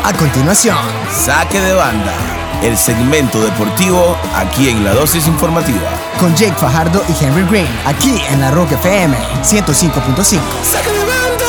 A continuación, Saque de Banda, el segmento deportivo aquí en La Dosis Informativa. Con Jake Fajardo y Henry Green, aquí en la Rock FM 105.5. ¡Saque de Banda!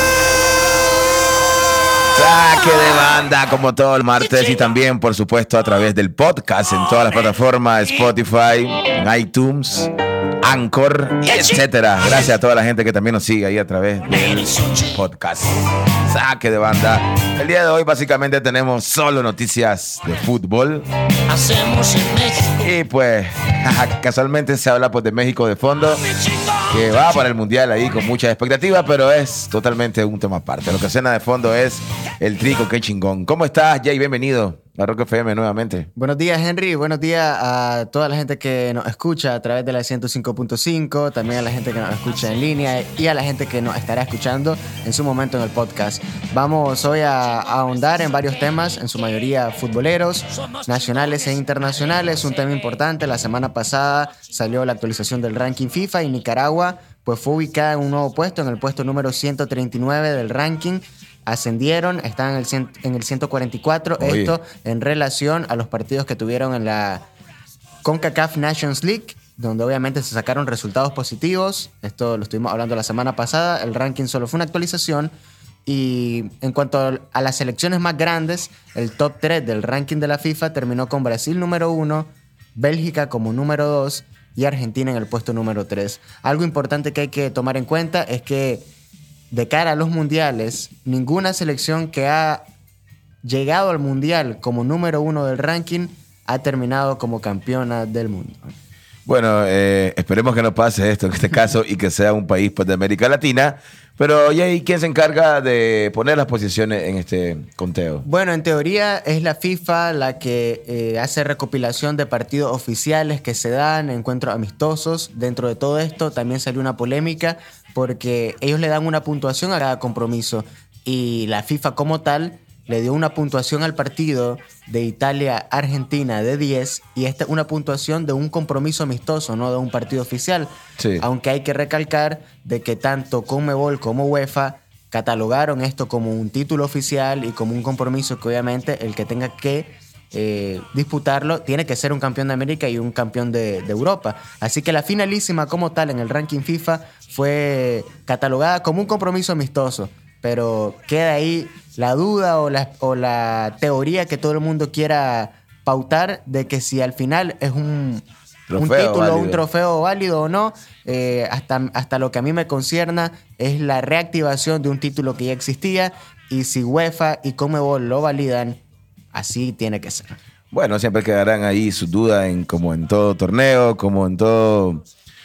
Saque de Banda, como todo el martes y también, por supuesto, a través del podcast en todas las plataformas, Spotify, iTunes, Anchor, etcétera. Gracias a toda la gente que también nos sigue ahí a través del podcast. Saque de Banda. El día de hoy básicamente tenemos solo noticias de fútbol. Hacemos en México. Y pues casualmente se habla pues de México de fondo, que va para el Mundial ahí con mucha expectativa, pero es totalmente un tema aparte. Lo que suena de fondo es el Trico, qué chingón. ¿Cómo estás, Jay? Bienvenido a Rock FM nuevamente. Buenos días, Henry. Buenos días a toda la gente que nos escucha a través de la 105.5, también a la gente que nos escucha en línea y a la gente que nos estará escuchando en su momento en el podcast. Vamos hoy a ahondar en varios temas, en su mayoría futboleros, nacionales e internacionales. Un tema importante, la semana pasada salió la actualización del ranking FIFA y Nicaragua pues fue ubicada en un nuevo puesto, en el puesto número 139 del ranking. Ascendieron, están en el 144. Oye. Esto en relación a los partidos que tuvieron en la CONCACAF Nations League, donde obviamente se sacaron resultados positivos. Esto lo estuvimos hablando la semana pasada. El ranking solo fue una actualización. Y en cuanto a las selecciones más grandes, el top 3 del ranking de la FIFA terminó con Brasil número 1, Bélgica como número 2 y Argentina en el puesto número 3. Algo importante que hay que tomar en cuenta es que de cara a los mundiales, ninguna selección que ha llegado al mundial como número 1 del ranking ha terminado como campeona del mundo. Bueno, esperemos que no pase esto en este caso y que sea un país pues, de América Latina. Pero, Jay, ¿quién se encarga de poner las posiciones en este conteo? Bueno, en teoría es la FIFA la que hace recopilación de partidos oficiales que se dan, encuentros amistosos. Dentro de todo esto también salió una polémica porque ellos le dan una puntuación a cada compromiso y la FIFA como tal le dio una puntuación al partido de Italia-Argentina de 10 y esta es una puntuación de un compromiso amistoso, no de un partido oficial. Sí. Aunque hay que recalcar de que tanto Conmebol como UEFA catalogaron esto como un título oficial y como un compromiso que obviamente el que tenga que disputarlo tiene que ser un campeón de América y un campeón de Europa. Así que la finalísima como tal en el ranking FIFA fue catalogada como un compromiso amistoso. Pero queda ahí la duda o la teoría que todo el mundo quiera pautar de que si al final es un título, válido. Un trofeo válido o no. Hasta lo que a mí me concierna es la reactivación de un título que ya existía y si UEFA y Conmebol lo validan, así tiene que ser. Bueno, siempre quedarán ahí sus dudas como en todo torneo, como en todo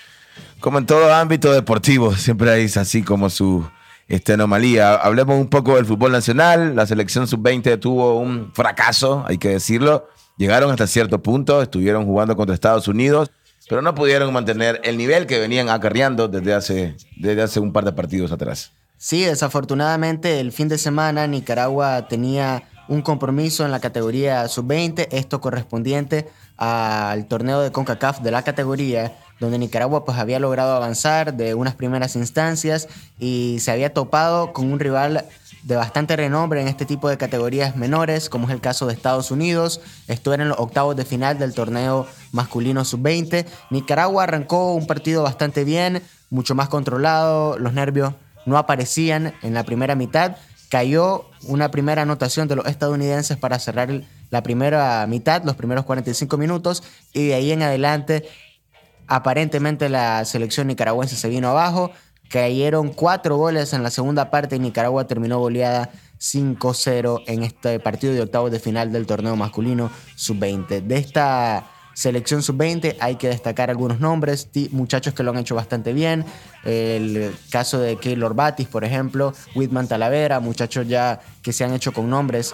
ámbito deportivo. Siempre hay así como su anomalía. Hablemos un poco del fútbol nacional. La selección sub-20 tuvo un fracaso, hay que decirlo. Llegaron hasta cierto punto, estuvieron jugando contra Estados Unidos, pero no pudieron mantener el nivel que venían acarreando desde hace un par de partidos atrás. Sí, desafortunadamente el fin de semana Nicaragua tenía un compromiso en la categoría sub-20, esto correspondiente al torneo de CONCACAF de la categoría, donde Nicaragua pues había logrado avanzar de unas primeras instancias y se había topado con un rival de bastante renombre en este tipo de categorías menores, como es el caso de Estados Unidos. Esto era en los octavos de final del torneo masculino sub-20. Nicaragua arrancó un partido bastante bien, mucho más controlado, los nervios no aparecían en la primera mitad. Cayó una primera anotación de los estadounidenses para cerrar la primera mitad, los primeros 45 minutos, y de ahí en adelante aparentemente la selección nicaragüense se vino abajo. Cayeron 4 goles en la segunda parte y Nicaragua terminó goleada 5-0 en este partido de octavos de final del torneo masculino sub-20. De esta selección sub-20 hay que destacar algunos nombres, muchachos que lo han hecho bastante bien. El caso de Keylor Batis, por ejemplo, Whitman Talavera, muchachos ya que se han hecho con nombres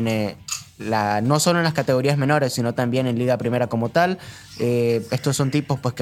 no solo en las categorías menores, sino también en Liga Primera como tal. Estos son tipos pues, que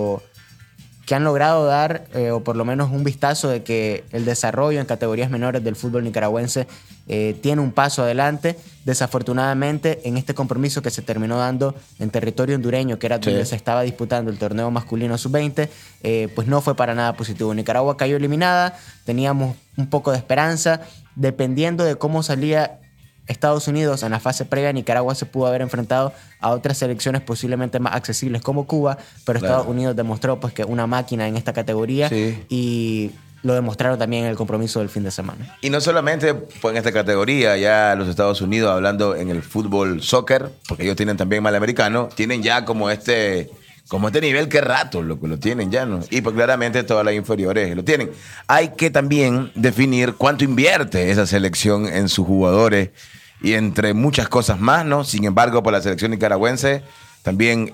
han logrado dar, o por lo menos un vistazo de que el desarrollo en categorías menores del fútbol nicaragüense tiene un paso adelante. Desafortunadamente, en este compromiso que se terminó dando en territorio hondureño, que era donde se estaba disputando el torneo masculino sub-20, pues no fue para nada positivo. Nicaragua cayó eliminada, teníamos un poco de esperanza, dependiendo de cómo salía Estados Unidos en la fase previa, Nicaragua se pudo haber enfrentado a otras selecciones posiblemente más accesibles como Cuba, pero Claro. Estados Unidos demostró pues que es una máquina en esta categoría Sí. y lo demostraron también en el compromiso del fin de semana. Y no solamente pues, en esta categoría, ya los Estados Unidos, hablando en el fútbol soccer, porque ellos tienen también mal americano, tienen ya como este nivel que rato lo que lo tienen ya, ¿no? Y pues claramente todas las inferiores lo tienen. Hay que también definir cuánto invierte esa selección en sus jugadores y entre muchas cosas más, ¿no? Sin embargo, por la selección nicaragüense también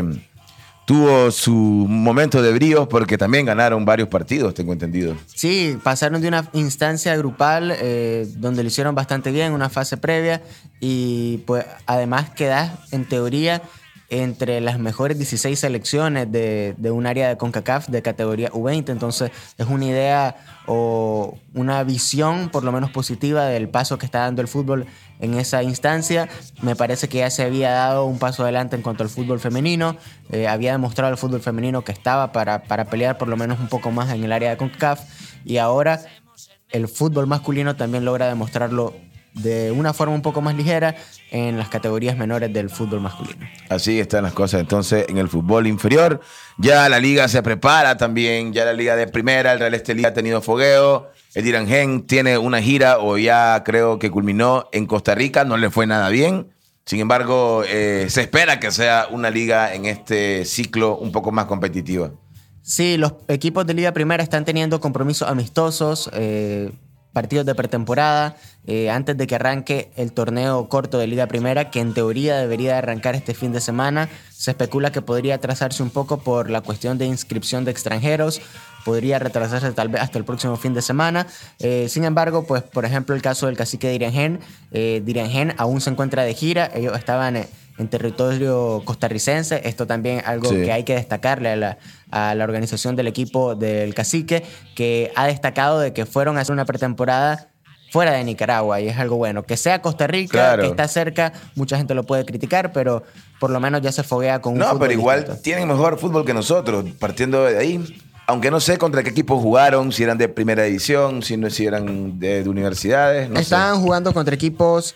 tuvo su momento de brío porque también ganaron varios partidos, tengo entendido. Sí, pasaron de una instancia grupal donde lo hicieron bastante bien, una fase previa, y pues además quedas en teoría entre las mejores 16 selecciones de un área de CONCACAF de categoría U20. Entonces es una idea o una visión por lo menos positiva del paso que está dando el fútbol en esa instancia. Me parece que ya se había dado un paso adelante en cuanto al fútbol femenino. Había demostrado el fútbol femenino que estaba para pelear por lo menos un poco más en el área de CONCACAF, y ahora el fútbol masculino también logra demostrarlo de una forma un poco más ligera en las categorías menores del fútbol masculino. Así están las cosas entonces en el fútbol inferior. Ya la liga se prepara también, ya la liga de primera, el Real Estelí ha tenido fogueo, el Diranger tiene una gira o ya creo que culminó en Costa Rica, no le fue nada bien. Sin embargo, se espera que sea una liga en este ciclo un poco más competitiva. Sí, los equipos de Liga Primera están teniendo compromisos amistosos, partidos de pretemporada, antes de que arranque el torneo corto de Liga Primera, que en teoría debería arrancar este fin de semana. Se especula que podría atrasarse un poco por la cuestión de inscripción de extranjeros, podría retrasarse tal vez hasta el próximo fin de semana. Sin embargo, pues por ejemplo el caso del cacique Diranger, Diranger aún se encuentra de gira, ellos estaban en territorio costarricense. Esto también es algo que hay que destacarle a la organización del equipo del cacique, que ha destacado de que fueron a hacer una pretemporada fuera de Nicaragua, y es algo bueno. Que sea Costa Rica, claro, que está cerca, mucha gente lo puede criticar, pero por lo menos ya se foguea con un fútbol pero igual distinto. tienen mejor fútbol que nosotros, partiendo de ahí. Aunque no sé contra qué equipos jugaron, si eran de primera división, si eran de universidades. No Estaban sé. jugando contra equipos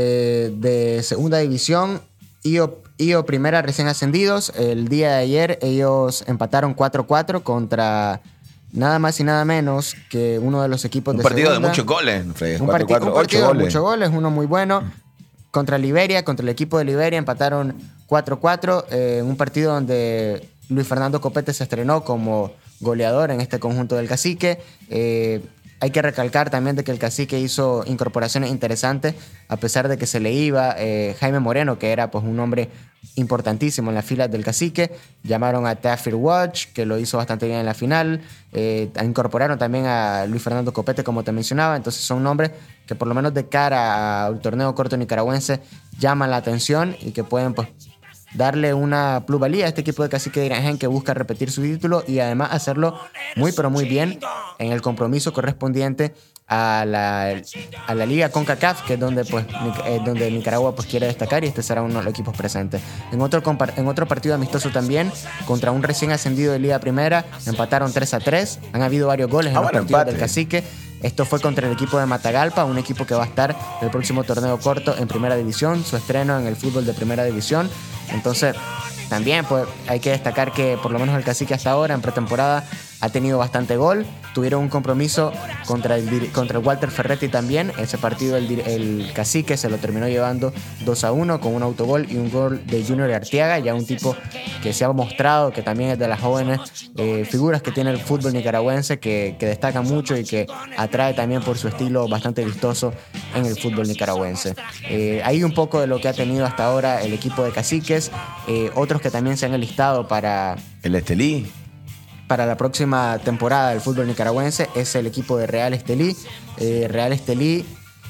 de segunda división y o primera recién ascendidos. El día de ayer ellos empataron 4-4 contra nada más y nada menos que uno de los equipos Un de partido segunda. de muchos goles, Fred. Un 4-4, partido 8 de goles. muchos goles, uno muy bueno. Contra Liberia, contra el equipo de Liberia, empataron 4-4. Un partido donde Luis Fernando Copete se estrenó como goleador en este conjunto del cacique. Hay que recalcar también de que el cacique hizo incorporaciones interesantes, a pesar de que se le iba Jaime Moreno, que era pues un hombre importantísimo en las filas del cacique. Llamaron a Tafir Watch, que lo hizo bastante bien en la final. Incorporaron también a Luis Fernando Copete, como te mencionaba. Entonces son nombres que por lo menos de cara al torneo corto nicaragüense llaman la atención y que pueden pues darle una plusvalía a este equipo de cacique de Diranger, que busca repetir su título y además hacerlo muy pero muy bien en el compromiso correspondiente a la Liga CONCACAF, que es donde, pues, donde Nicaragua pues, quiere destacar, y este será uno de los equipos presentes. En otro partido amistoso también, contra un recién ascendido de Liga Primera, empataron 3-3. Han habido varios goles en los partidos empate del cacique. Esto fue contra el equipo de Matagalpa, un equipo que va a estar el próximo torneo corto en Primera División, su estreno en el fútbol de Primera División. Entonces, también pues, hay que destacar que por lo menos el cacique hasta ahora, en pretemporada, ha tenido bastante gol. Tuvieron un compromiso contra el Walter Ferretti también. Ese partido el cacique se lo terminó llevando 2-1 con un autogol y un gol de Junior Arteaga, ya un tipo que se ha mostrado que también es de las jóvenes figuras que tiene el fútbol nicaragüense, que destaca mucho y que atrae también por su estilo bastante vistoso en el fútbol nicaragüense. Hay un poco de lo que ha tenido hasta ahora el equipo de caciques. Otros que también se han enlistado para El Estelí. Para la próxima temporada del fútbol nicaragüense es el equipo de Real Estelí. Real Estelí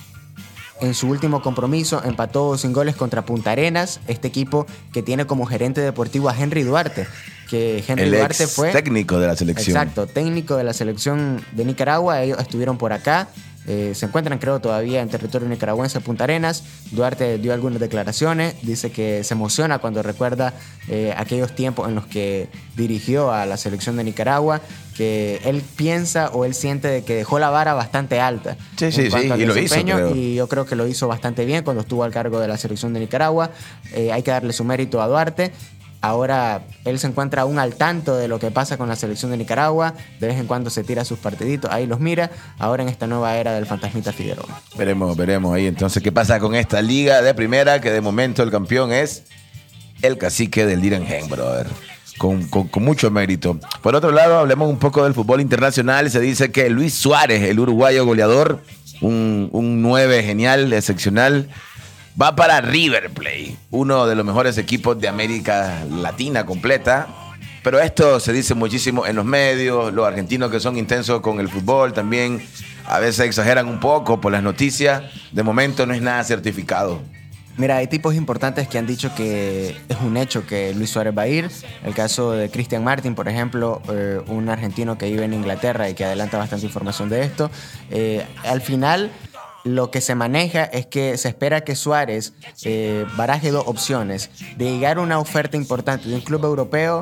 en su último compromiso empató sin goles contra Punta Arenas, este equipo que tiene como gerente deportivo a Henry Duarte, que Henry El Duarte ex fue técnico de la selección. Exacto, técnico de la selección de Nicaragua. Ellos estuvieron por acá. se encuentran, creo, todavía en territorio nicaragüense, Punta Arenas. Duarte dio algunas declaraciones, dice que se emociona cuando recuerda aquellos tiempos en los que dirigió a la selección de Nicaragua, que él piensa o él siente de que dejó la vara bastante alta. Sí, Al y lo hizo, creo. y yo creo que lo hizo bastante bien cuando estuvo al cargo de la selección de Nicaragua. Hay que darle su mérito a Duarte. Ahora él se encuentra aún al tanto de lo que pasa con la selección de Nicaragua. De vez en cuando se tira sus partiditos, ahí los mira. Ahora en esta nueva era del fantasmita Figueroa. Veremos ahí entonces qué pasa con esta liga de primera, que de momento el campeón es el cacique del Direngen, brother. Con mucho mérito. Por otro lado, hablemos un poco del fútbol internacional. Se dice que Luis Suárez, el uruguayo goleador, un 9 genial, excepcional, va para River Plate, uno de los mejores equipos de América Latina completa. Pero esto se dice muchísimo en los medios. Los argentinos, que son intensos con el fútbol, también a veces exageran un poco por las noticias. De momento no es nada certificado. Mira, hay tipos importantes que han dicho que es un hecho que Luis Suárez va a ir. El caso de Cristian Martin, por ejemplo, un argentino que vive en Inglaterra y que adelanta bastante información de esto. Al final, lo que se maneja es que se espera que Suárez baraje dos opciones. De llegar a una oferta importante de un club europeo,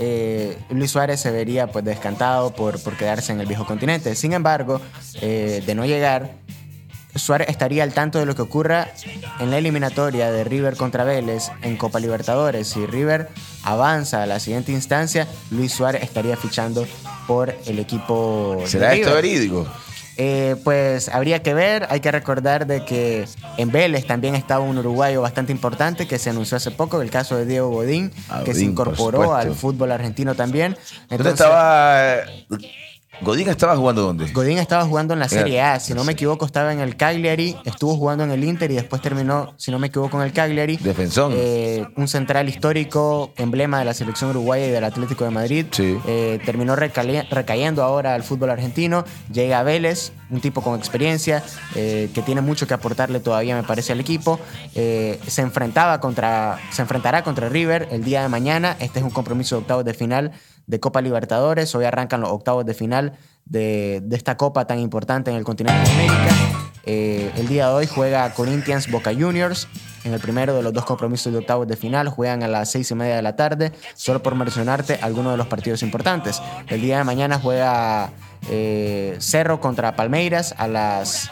Luis Suárez se vería pues descantado por quedarse en el viejo continente. Sin embargo, de no llegar, Suárez estaría al tanto de lo que ocurra en la eliminatoria de River contra Vélez en Copa Libertadores. Si River avanza a la siguiente instancia, Luis Suárez estaría fichando por el equipo de ¿Será River. esto verídico? Pues habría que ver. Hay que recordar de que en Vélez también estaba un uruguayo bastante importante que se anunció hace poco, el caso de Diego Godín, que se Godín, incorporó al fútbol argentino también. ¿Dónde estaba? ¿Godín estaba jugando dónde? Godín estaba jugando en la Serie A, si no me equivoco estaba en el Cagliari, estuvo jugando en el Inter y después terminó, si no me equivoco, en el Cagliari. Defensón. Un central histórico, emblema de la selección uruguaya y del Atlético de Madrid. Sí. Terminó recayendo ahora al fútbol argentino, llega a Vélez, un tipo con experiencia, que tiene mucho que aportarle todavía, me parece, al equipo. Se enfrentará contra River el día de mañana. Este es un compromiso de octavos de final de Copa Libertadores. Hoy arrancan los octavos de final de esta copa tan importante en el continente de América. El día de hoy juega Corinthians Boca Juniors. En el primero de los dos compromisos de octavos de final juegan a las 6:30 de la tarde, solo por mencionarte algunos de los partidos importantes. El día de mañana juega Cerro contra Palmeiras a las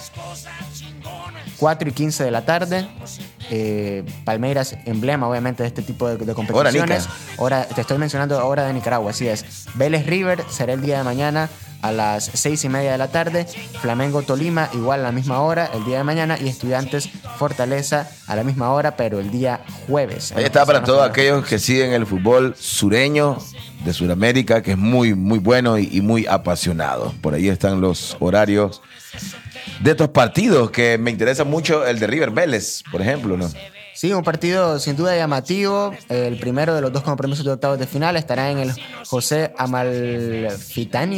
4:15 de la tarde. Palmeiras, emblema obviamente de este tipo de competiciones. Ahora te estoy mencionando hora de Nicaragua, así es. Vélez River será el día de mañana a las 6:30 de la tarde. Flamengo Tolima igual a la misma hora el día de mañana, y Estudiantes Fortaleza a la misma hora, pero el día jueves. Ahí está para todos aquellos que siguen el fútbol sureño de Sudamérica, que es muy, muy bueno y muy apasionado. Por ahí están los horarios de estos partidos, que me interesa mucho el de River Vélez, por ejemplo, ¿no? Sí, un partido sin duda llamativo. El primero de los dos compromisos de octavos de final estará en el José Amalfitani.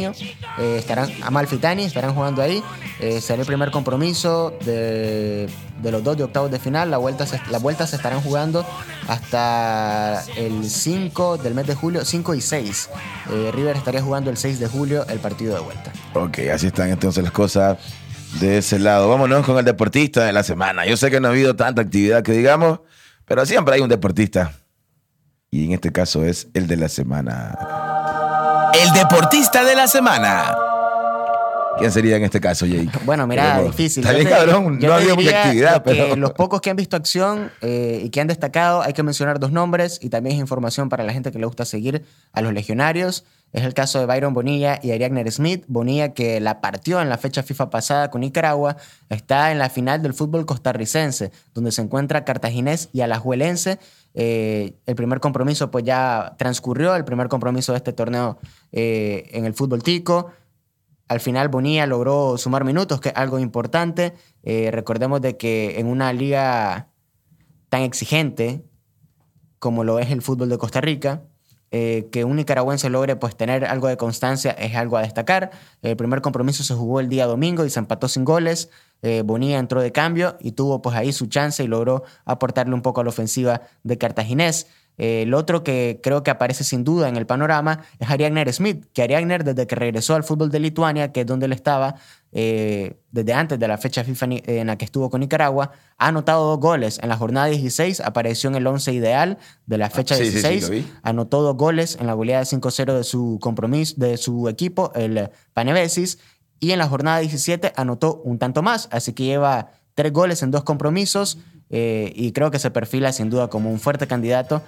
Estarán jugando ahí. Será el primer compromiso de los dos de octavos de final. Las vueltas se estarán jugando hasta el 5 del mes de julio, 5 y 6. River estaría jugando el 6 de julio el partido de vuelta. Ok, así están entonces las cosas de ese lado. Vámonos con el deportista de la semana. Yo sé que no ha habido tanta actividad que digamos, pero siempre hay un deportista. Y en este caso es el de la semana. El deportista de la semana. ¿Quién sería en este caso, Jake? Bueno, mira, difícil. Está bien, cabrón. No ha habido mucha actividad, pero los pocos que han visto acción y que han destacado, hay que mencionar dos nombres, y también es información para la gente que le gusta seguir a los legionarios. Es el caso de Byron Bonilla y Ariagner Smith. Bonilla, que la partió en la fecha FIFA pasada con Nicaragua, está en la final del fútbol costarricense, donde se encuentra Cartaginés y Alajuelense. El primer compromiso pues ya transcurrió, el primer compromiso de este torneo en el fútbol tico. Al final Bonilla logró sumar minutos, que es algo importante. Recordemos de que en una liga tan exigente como lo es el fútbol de Costa Rica, que un nicaragüense logre pues tener algo de constancia es algo a destacar. El primer compromiso se jugó el día domingo y se empató sin goles. Bonilla entró de cambio y tuvo pues ahí su chance y logró aportarle un poco a la ofensiva de Cartaginés. El otro que creo que aparece sin duda en el panorama es Ariagner Smith, que Ariagner desde que regresó al fútbol de Lituania, que es donde él estaba desde antes de la fecha FIFA en la que estuvo con Nicaragua, ha anotado 2 goles. En la jornada 16 apareció en el 11 ideal de la fecha 16, lo vi. anotó 2 goles en la goleada 5-0 de su compromiso, de su equipo, el Panevesis, y en la jornada 17 anotó un tanto más, así que lleva 3 goles en 2 compromisos y creo que se perfila sin duda como un fuerte candidato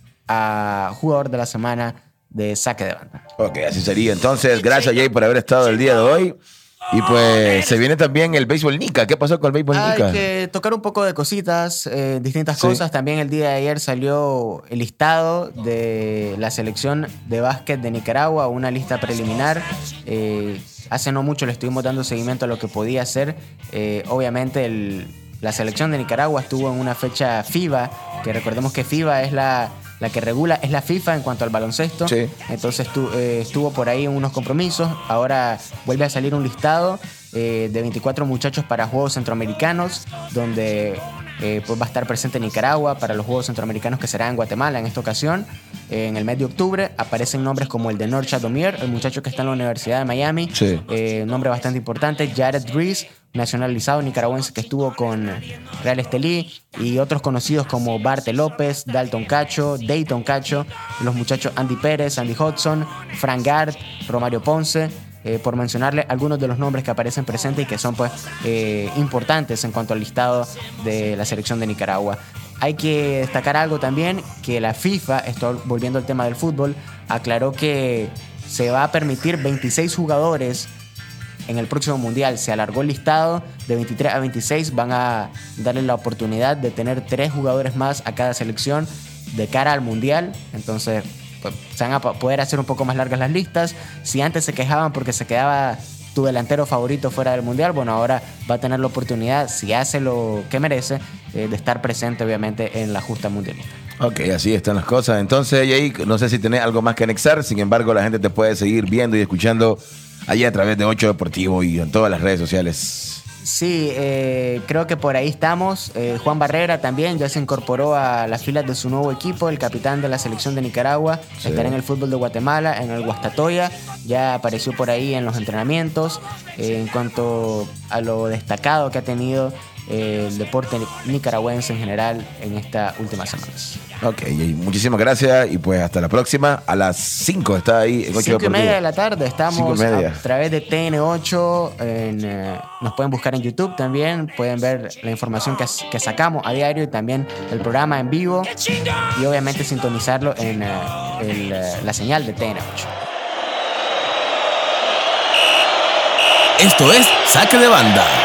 a jugador de la semana de saque de banda. Ok, así sería. Entonces, gracias, Jay, por haber estado el día de hoy. Y pues se viene también el béisbol Nica. ¿Qué pasó con el béisbol Nica? Hay que tocar un poco de cositas, distintas Sí. cosas. También el día de ayer salió el listado de la selección de básquet de Nicaragua, una lista preliminar. Hace no mucho le estuvimos dando seguimiento a lo que podía ser. Obviamente la selección de Nicaragua estuvo en una fecha FIBA, que recordemos que FIBA es la que regula, es la FIFA en cuanto al baloncesto. Sí. Entonces estuvo por ahí en unos compromisos. Ahora vuelve a salir un listado de 24 muchachos para Juegos Centroamericanos, donde pues va a estar presente Nicaragua para los Juegos Centroamericanos que será en Guatemala en esta ocasión. En el mes de octubre aparecen nombres como el de Norcha Domier, el muchacho que está en la Universidad de Miami. Sí. Un nombre bastante importante. Jared Reese, nacionalizado nicaragüense que estuvo con Real Estelí, y otros conocidos como Barte López, Dalton Cacho, Dayton Cacho, los muchachos Andy Pérez, Andy Hodgson, Frank Gard, Romario Ponce, por mencionarle algunos de los nombres que aparecen presentes y que son pues importantes en cuanto al listado de la selección de Nicaragua. Hay que destacar algo también, que la FIFA, estoy volviendo al tema del fútbol, aclaró que se va a permitir 26 jugadores en el próximo mundial. Se alargó el listado de 23 a 26. Van a darle la oportunidad de tener 3 jugadores más a cada selección de cara al mundial. Entonces pues, se van a poder hacer un poco más largas las listas. Si antes se quejaban porque se quedaba tu delantero favorito fuera del mundial, bueno, ahora va a tener la oportunidad, si hace lo que merece, de estar presente obviamente en la justa mundialista. Ok, así están las cosas. Entonces, Jay, no sé si tenés algo más que anexar. Sin embargo, la gente te puede seguir viendo y escuchando allí a través de 8 Deportivo y en todas las redes sociales. Sí, creo que por ahí estamos. Juan Barrera también ya se incorporó a las filas de su nuevo equipo, el capitán de la selección de Nicaragua. Sí. Estará en el fútbol de Guatemala, en el Guastatoya. Ya apareció por ahí en los entrenamientos. En cuanto a lo destacado que ha tenido el deporte nicaragüense en general en estas últimas semanas. Ok, Jay, muchísimas gracias y pues hasta la próxima. A las 5 está ahí en 8 5:30 Deportivo. de la tarde estamos 5:30. a través de TN8. Nos pueden buscar en YouTube también. Pueden ver la información que sacamos a diario y también el programa en vivo. Y obviamente sintonizarlo en la señal de TN8. Esto es Saque de Banda.